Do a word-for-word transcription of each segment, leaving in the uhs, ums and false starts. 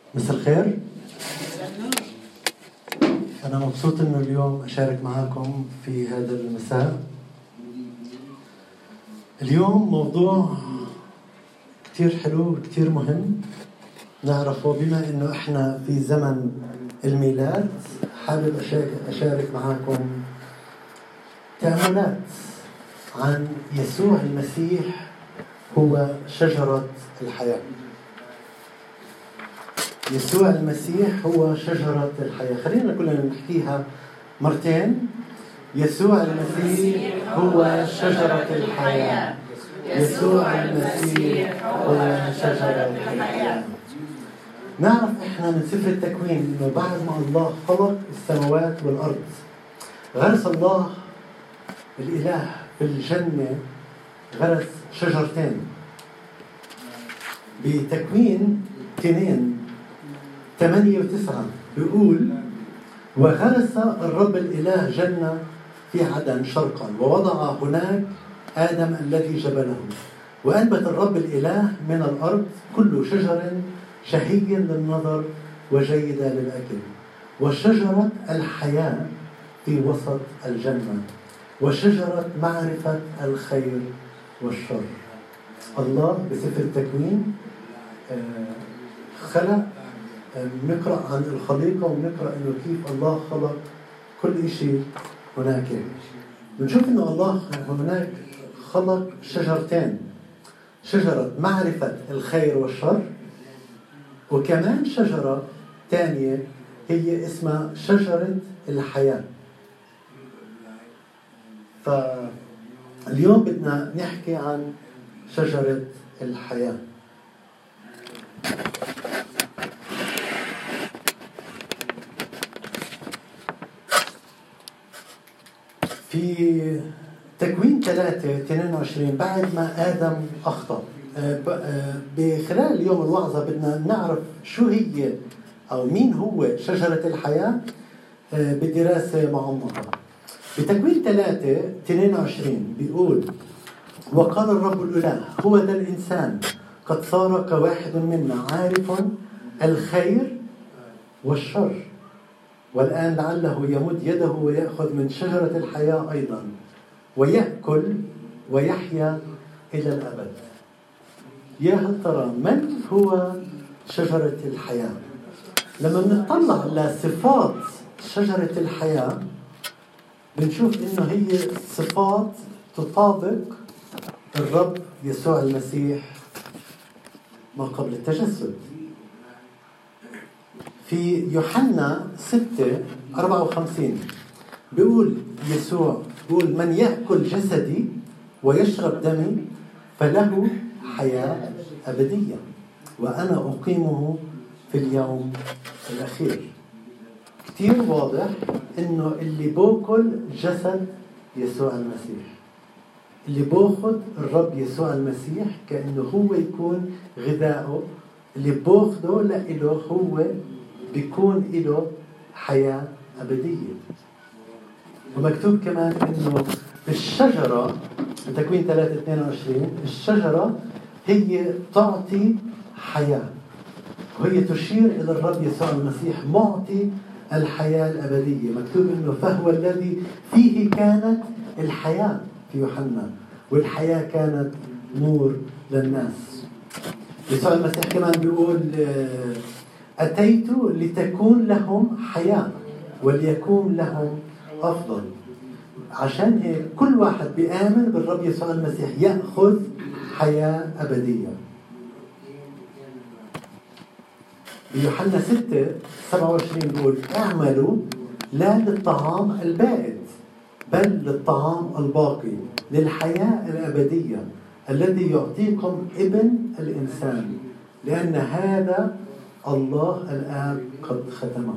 مساء الخير. أنا مبسوط إنه اليوم أشارك معكم في هذا المساء. اليوم موضوع كتير حلو وكتير مهم نعرفه، بما إنه إحنا في زمن الميلاد. حابب أشارك معكم تأملات عن يسوع المسيح هو شجرة الحياة. يسوع المسيح هو شجرة الحياة. خلينا كلنا نحكيها مرتين. يسوع المسيح هو شجرة الحياة. يسوع المسيح هو شجرة الحياة. نعرف إحنا من سفر التكوين إنه بعد ما الله خلق السماوات والأرض غرس الله الإله في الجنة، غرس شجرتين. بتكوين اثنين ثمانية وتسعة بيقول: وغرس الرب الإله جنة في عدن شرقا، ووضع هناك آدم الذي جبله. وأنبت الرب الإله من الأرض كل شجر شهي للنظر وجيدة للأكل، وشجرة الحياة في وسط الجنة، وشجرة معرفة الخير والشر. الله بسفر التكوين خلق، نقرأ عن الخليقة ونقرأ إنه كيف الله خلق كل شيء هناك. بنشوف إنه الله هناك خلق شجرتين: شجرة معرفة الخير والشر، وكمان شجرة ثانية هي اسمها شجرة الحياة. فاليوم بدنا نحكي عن شجرة الحياة. في تكوين ثلاثة اثنين وعشرين بعد ما آدم أخطأ، بخلال اليوم الوعظة بدنا نعرف شو هي أو مين هو شجرة الحياة بدراسة معمقة. بتكوين ثلاثة اثنين وعشرين بيقول: وقال الرب الإله هو ذا الإنسان قد صار كواحد منا عارف الخير والشر، والآن لعله يمد يده ويأخذ من شجرة الحياة أيضا ويأكل ويحيا إلى الأبد. يا هل ترى من هو شجرة الحياة؟ لما بنطلع لصفات شجرة الحياة بنشوف إنه هي صفات تطابق الرب يسوع المسيح ما قبل التجسد. في يوحنا ستة أربعة وخمسين بيقول يسوع بيقول: من يأكل جسدي ويشرب دمي فله حياة أبدية، وأنا أقيمه في اليوم الأخير. كتير واضح إنه اللي بأكل جسد يسوع المسيح، اللي بأخذ الرب يسوع المسيح كأنه هو يكون غذاؤه، اللي بأخذه لإله هو بيكون له حياة أبدية. ومكتوب كمان إنه الشجرة بتكوين ثلاثة اثنين وعشرين الشجرة هي تعطي حياة، وهي تشير إلى الرب يسوع المسيح معطي الحياة الأبدية. مكتوب إنه فهو الذي فيه كانت الحياة في يوحنا، والحياة كانت نور للناس. يسوع المسيح كمان بيقول: أتيت لتكون لهم حياة وليكون لهم أفضل. عشان هيك كل واحد بيآمن بالرب يسوع المسيح يأخذ حياة أبدية. بيوحنا ستة سبعة وعشرين بيقول: اعملوا لا للطعام البائد بل للطعام الباقي للحياة الأبدية الذي يعطيكم ابن الإنسان، لأن هذا الله الآب قد ختمه.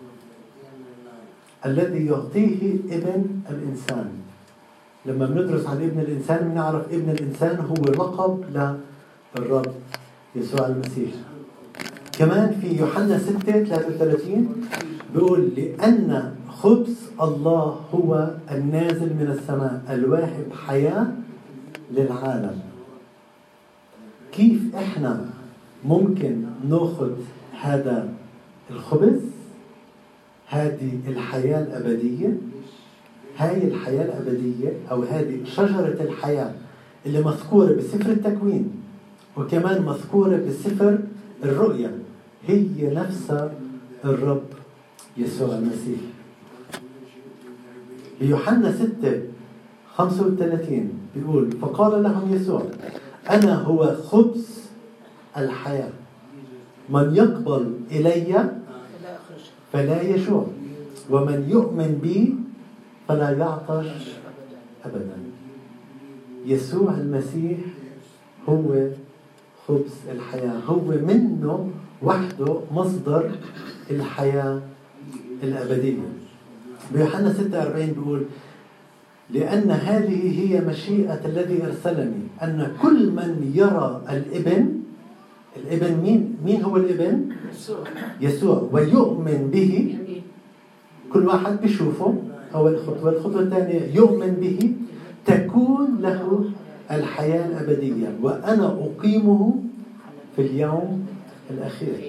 الذي يعطيه ابن الإنسان. لما بندرس عن ابن الإنسان بنعرف ابن الإنسان هو لقب للرب يسوع المسيح. كمان في يوحنا ستة ثلاثة وثلاثين بيقول: لأن خبز الله هو النازل من السماء الواهب حياة للعالم. كيف إحنا ممكن نأخذ هذا الخبز، هذه الحياة الأبدية. هاي الحياة الأبدية أو هذه شجرة الحياة اللي مذكورة بسفر التكوين وكمان مذكورة بسفر الرؤيا هي نفسها الرب يسوع المسيح. بيوحنا ستة خمسة وثلاثين بيقول: فقال لهم يسوع: أنا هو خبز الحياة، من يقبل إلي فلا يجوع، ومن يؤمن بي فلا يعطش أبدا. يسوع المسيح هو خبز الحياة، هو منه وحده مصدر الحياة الأبدية. بيوحنا ستة وأربعين بيقول: لأن هذه هي مشيئة الذي أرسلني، أن كل من يرى الابن، الابن مين؟ مين هو الابن؟ يسوع. يسوع، ويؤمن به. كل واحد بيشوفه. أول خطوة. الخطوة الثانية يؤمن به، تكون له الحياة الأبدية، وأنا أقيمه في اليوم الأخير.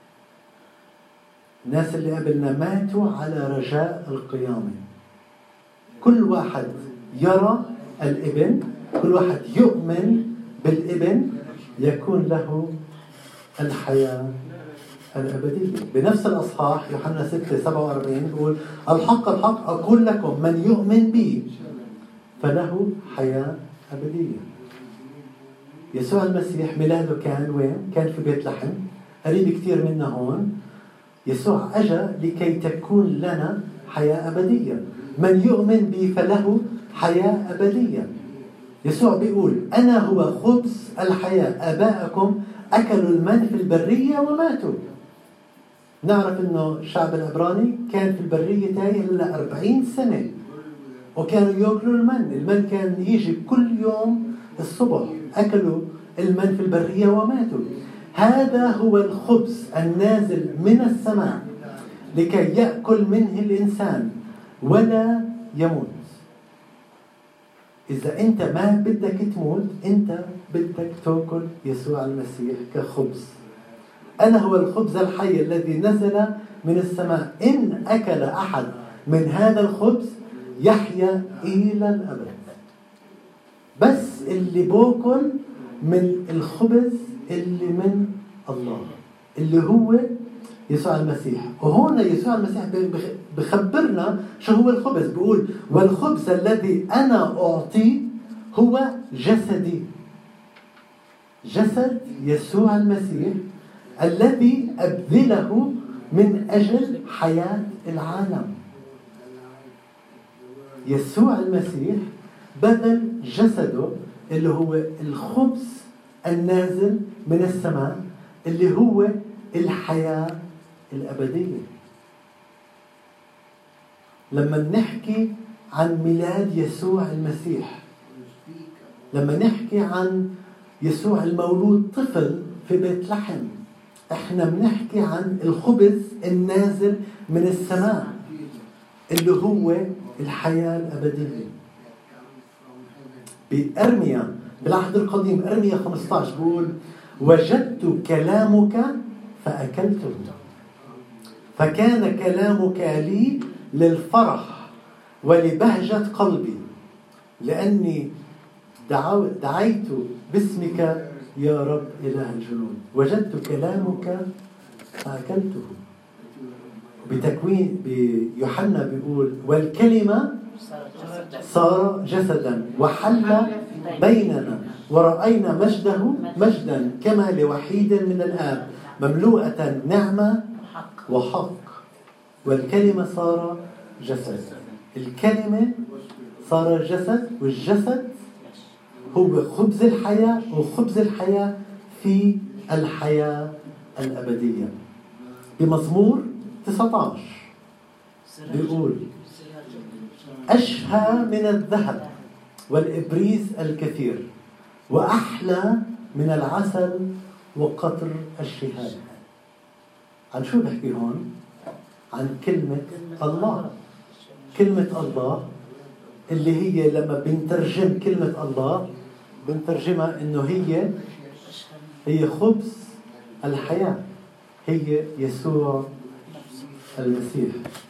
الناس اللي قبلنا ماتوا على رجاء القيامة. كل واحد يرى الابن، كل واحد يؤمن بالابن، يكون له الحياة الأبدية. بنفس الأصحاح يوحنا ستة سبعة وأربعين يقول: الحق الحق أقول لكم، من يؤمن بي فله حياة أبدية. يسوع المسيح ميلاده كان وين؟ كان في بيت لحم، قريب كثير منا هون. يسوع أجا لكي تكون لنا حياة أبدية. من يؤمن بي فله حياة أبدية. يسوع بيقول: أنا هو خبز الحياة، آباءكم أكلوا المن في البرية وماتوا. نعرف إنه الشعب العبراني كان في البرية تايه إلا أربعين سنة، وكانوا يأكلوا المن. المن كان يجي كل يوم الصبح. أكلوا المن في البرية وماتوا. هذا هو الخبز النازل من السماء لكي يأكل منه الإنسان ولا يموت. إذا أنت ما بدك تموت، أنت بدك تأكل يسوع المسيح كخبز. أنا هو الخبز الحي الذي نزل من السماء، إن أكل أحد من هذا الخبز يحيا إلى الأبد. بس اللي بأكل من الخبز اللي من الله، اللي هو يسوع المسيح. وهنا يسوع المسيح بخبرنا شو هو الخبز. بيقول: والخبز الذي أنا أعطيه هو جسدي. جسد يسوع المسيح الذي أبذله من أجل حياة العالم. يسوع المسيح بذل جسده اللي هو الخبز النازل من السماء، اللي هو الحياة الأبدية. لما نحكي عن ميلاد يسوع المسيح، لما نحكي عن يسوع المولود طفل في بيت لحم، احنا بنحكي عن الخبز النازل من السماء اللي هو الحياة الأبدية. بأرميا بالعهد القديم أرميا خمسة عشر بيقول: وجدت كلامك فأكلته، فكان كلامك لي للفرح ولبهجة قلبي، لأني دعيت باسمك يا رب إله الجنود. وجدت كلامك فأكلته. بتكوين بيوحنا بيقول: والكلمة صار جسدا وحل بيننا ورأينا مجده مجدا كما لوحيد من الآب مملوءة نعمة وحق. والكلمة صار جسد. الكلمة صار جسد، والجسد هو خبز الحياة، وخبز الحياة في الحياة الأبدية. بمزمور تسعة عشر بيقول: أشهى من الذهب والإبريز الكثير، وأحلى من العسل وقطر الشهاد. عن شو بحكي هون؟ عن كلمة الله. كلمة الله اللي هي لما بنترجم كلمة الله بنترجمها إنه هي هي خبز الحياة. هي يسوع المسيح.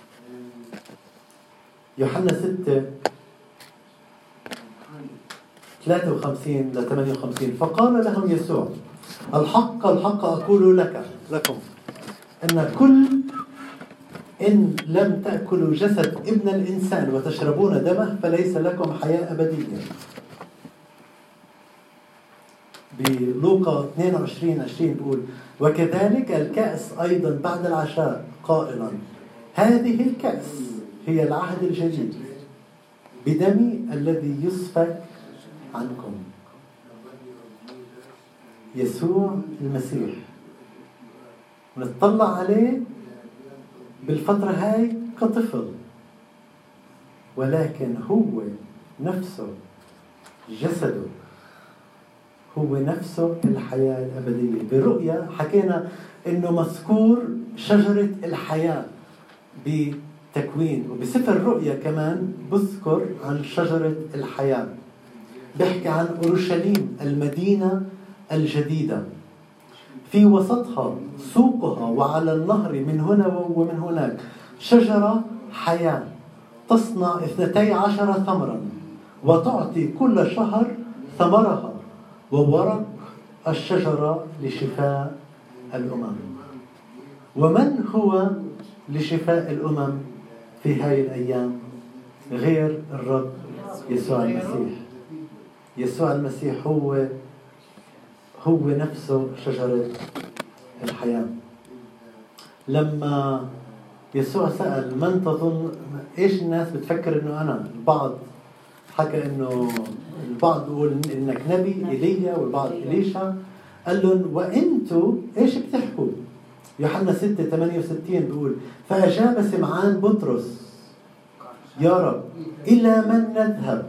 يوحنا ستة ثلاثة وخمسين ل ثمانية وخمسين. فقال لهم يسوع: الحق الحق أقول لك لكم أن كل إن لم تأكلوا جسد ابن الإنسان وتشربون دمه فليس لكم حياة أبدية. بلوقا اثنين وعشرين عشرين بيقول: وكذلك الكأس أيضا بعد العشاء قائلا: هذه الكأس هي العهد الجديد بدمي الذي يسفك عنكم. يسوع المسيح نتطلع عليه بالفترة هاي كطفل، ولكن هو نفسه جسده، هو نفسه الحياة الأبدية. برؤيا حكينا إنه مذكور شجرة الحياة بتكوين، وبسفر الرؤيا كمان بذكر عن شجرة الحياة. بيحكي عن أورشليم المدينة الجديدة، في وسطها سوقها وعلى النهر من هنا ومن هناك شجرة حياة تصنع اثنتي عشر ثمرا وتعطي كل شهر ثمرها، وورق الشجرة لشفاء الأمم. ومن هو لشفاء الأمم في هذه الأيام غير الرب يسوع المسيح؟ يسوع المسيح هو هو نفسه شجرة الحياة. لما يسوع سأل: من تظن إيش الناس بتفكر إنه أنا؟ البعض حكى إنه البعض بيقول إنك نبي إيليا، والبعض إليشا. قال لهم: وإنتوا إيش بتحكوا؟ يوحنا ستة ثمانية وستين بيقول: فأجاب سمعان بطرس: يا رب إلى من نذهب؟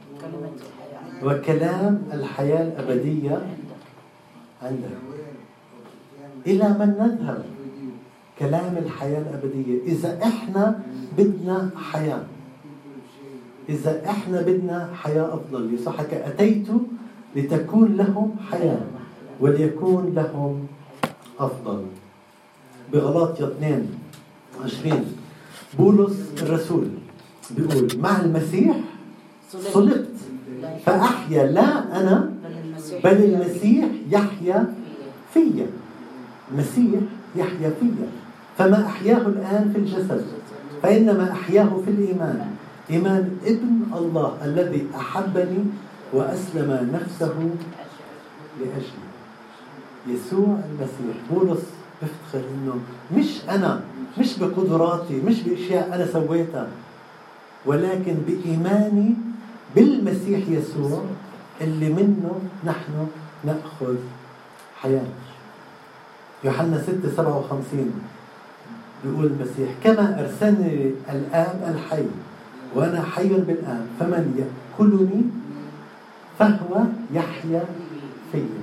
وكلام الحياة الأبدية عندك. إلى من نذهب؟ كلام الحياة الأبدية. إذا إحنا بدنا حياة، إذا إحنا بدنا حياة أفضل، يسوع حكى: أتيت لتكون لهم حياة وليكون لهم أفضل. بغلاطيا اثنين عشرين بولس الرسول بيقول: مع المسيح صلبت، فأحيا لا أنا بل المسيح يحيا فيا. المسيح يحيا فيا، فما أحياه الآن في الجسد فإنما أحياه في الإيمان، إيمان ابن الله الذي أحبني وأسلم نفسه لأجلي. يسوع المسيح. بولس بفتخر إنه مش أنا، مش بقدراتي، مش بأشياء أنا سويتها، ولكن بإيماني بالمسيح يسوع اللي منه نحن نأخذ حياة. يوحنا ستة سبعة وخمسين بيقول المسيح: كما أرسلني الآب الحي وأنا حي بالآب، فمن يأكلني فهو يحيا فيا.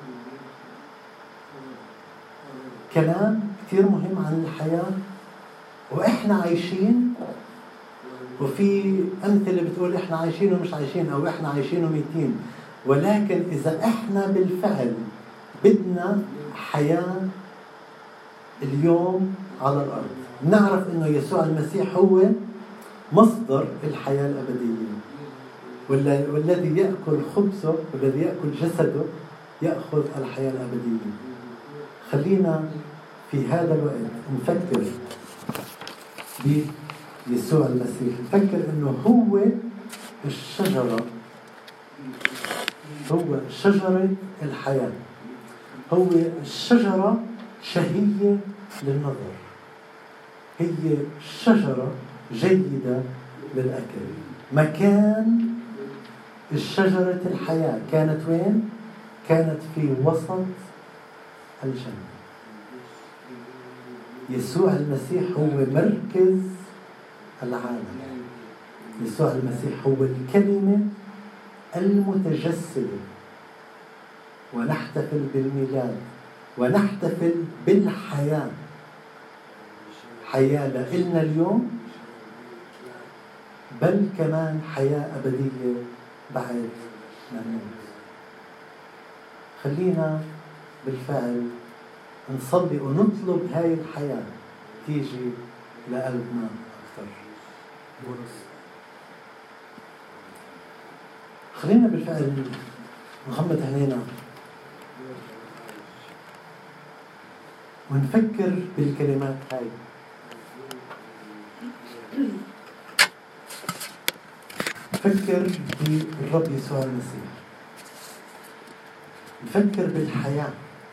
كلام كثير مهم عن الحياة وإحنا عايشين. وفي أمثلة بتقول إحنا عايشين ومش عايشين، أو إحنا عايشين وميتين. ولكن إذا إحنا بالفعل بدنا حياة اليوم على الأرض، نعرف إنه يسوع المسيح هو مصدر الحياة الأبدية، والذي يأكل خبزه والذي يأكل جسده يأخذ الحياة الأبدية. خلينا في هذا الوقت نفكر بيسوع المسيح، نفكر إنه هو الشجرة، هو شجرة الحياة، هو الشجرة شهية للنظر، هي شجرة جيدة للأكل. مكان الشجرة الحياة كانت وين؟ كانت في وسط الجنة. يسوع المسيح هو مركز العالم. يسوع المسيح هو الكلمة المتجسدة، ونحتفل بالميلاد ونحتفل بالحياة. حياة لإلنا اليوم، بل كمان حياة أبدية بعد ما نموت. خلينا بالفعل نصلي ونطلب هاي الحياة تيجي لقلبنا أكثر. خلينا بالفعل نغمض عينينا ونفكر بالكلمات هاي. نفكر بالرب يسوع المسيح، نفكر بالحياة.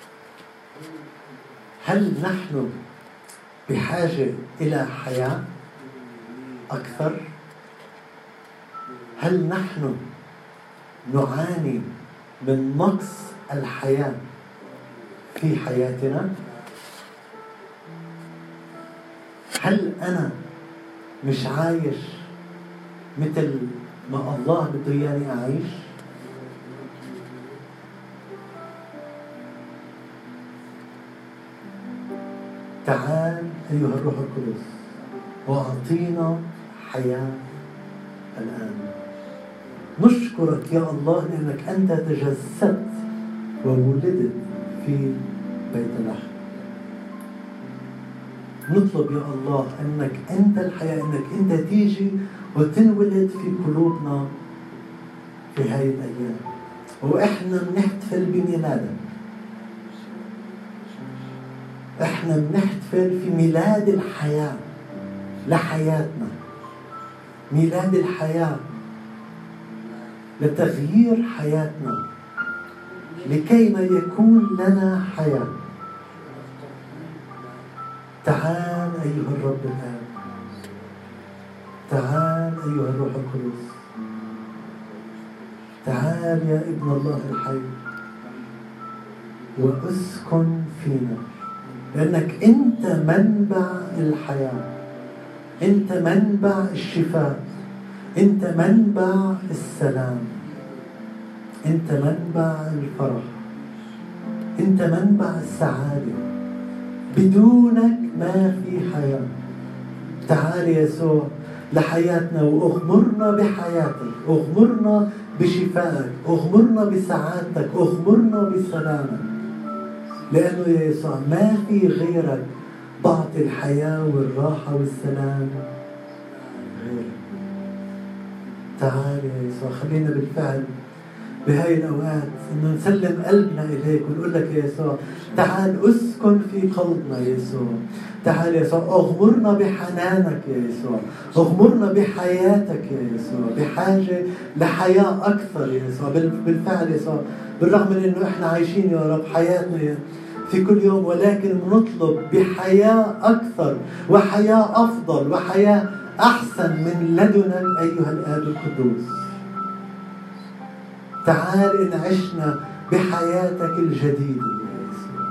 هل نحن بحاجة إلى حياة أكثر؟ هل نحن نعاني من نقص الحياة في حياتنا؟ هل أنا مش عايش مثل ما الله بده إياني أعيش؟ تعال أيها الروح القدس وأعطينا حياة الآن. نشكرك يا الله لأنك أنت تجسدت وولدت في بيت لحم. نطلب يا الله أنك أنت الحياة، أنك أنت تيجي وتنولد في قلوبنا في هاي الأيام، وإحنا بنحتفل بميلادك. إحنا بنحتفل في ميلاد الحياة لحياتنا، ميلاد الحياة لتغيير حياتنا لكي ما يكون لنا حياة. تعال أيها الرب الآن، تعال أيها الروح القدس، تعال يا ابن الله الحي واسكن فينا، لأنك أنت منبع الحياة، أنت منبع الشفاء، أنت منبع السلام، أنت منبع الفرح، أنت منبع السعادة. بدونك ما في حياة. تعال يسوع لحياتنا وأغمرنا بحياتك، أغمرنا بشفائك، أغمرنا بسعادتك، أغمرنا بسلامك، لأنه يا يسوع ما في غيرك بعطي الحياة والراحة والسلام غيرك. تعال يا يسوع، خلينا بالفعل بهاي الأوقات إنه نسلم قلبنا إليك ونقول لك يا يسوع تعال أسكن في قلبنا يا يسوع. تعال يا يسوع أغمرنا بحنانك يا يسوع، أغمرنا بحياتك يا يسوع، بحاجة لحياة أكثر يا يسوع. بالفعل يا يسوع بالرغم من إنه إحنا عايشين يا رب حياتنا في كل يوم، ولكن نطلب بحياة أكثر وحياة أفضل وحياة أحسن من لدنك أيها الآب القدوس. تعال إن عشنا بحياتك الجديدة يا يسوع.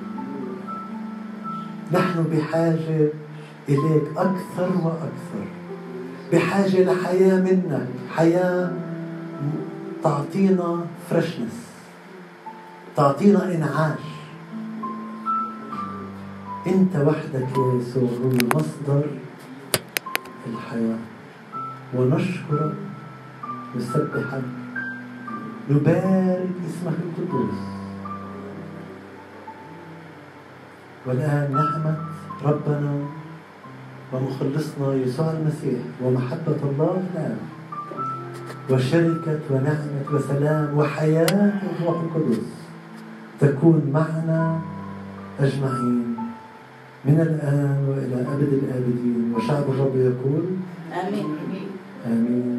نحن بحاجة إليك أكثر وأكثر، بحاجة لحياة منك، حياة تعطينا فرشنس، تعطينا إنعاش. أنت وحدك يا يسوع هو مصدر الحياة، ونشكرك ونسبحك، نبارك اسمك القدوس. والآن نعمة ربنا ومخلصنا يسوع المسيح ومحبة الله الآب وشركة ونعمة وسلام وحياة الروح القدس تكون معنا أجمعين من الآن وإلى أبد الآبدين. وشعب الرب يقول آمين. آمين.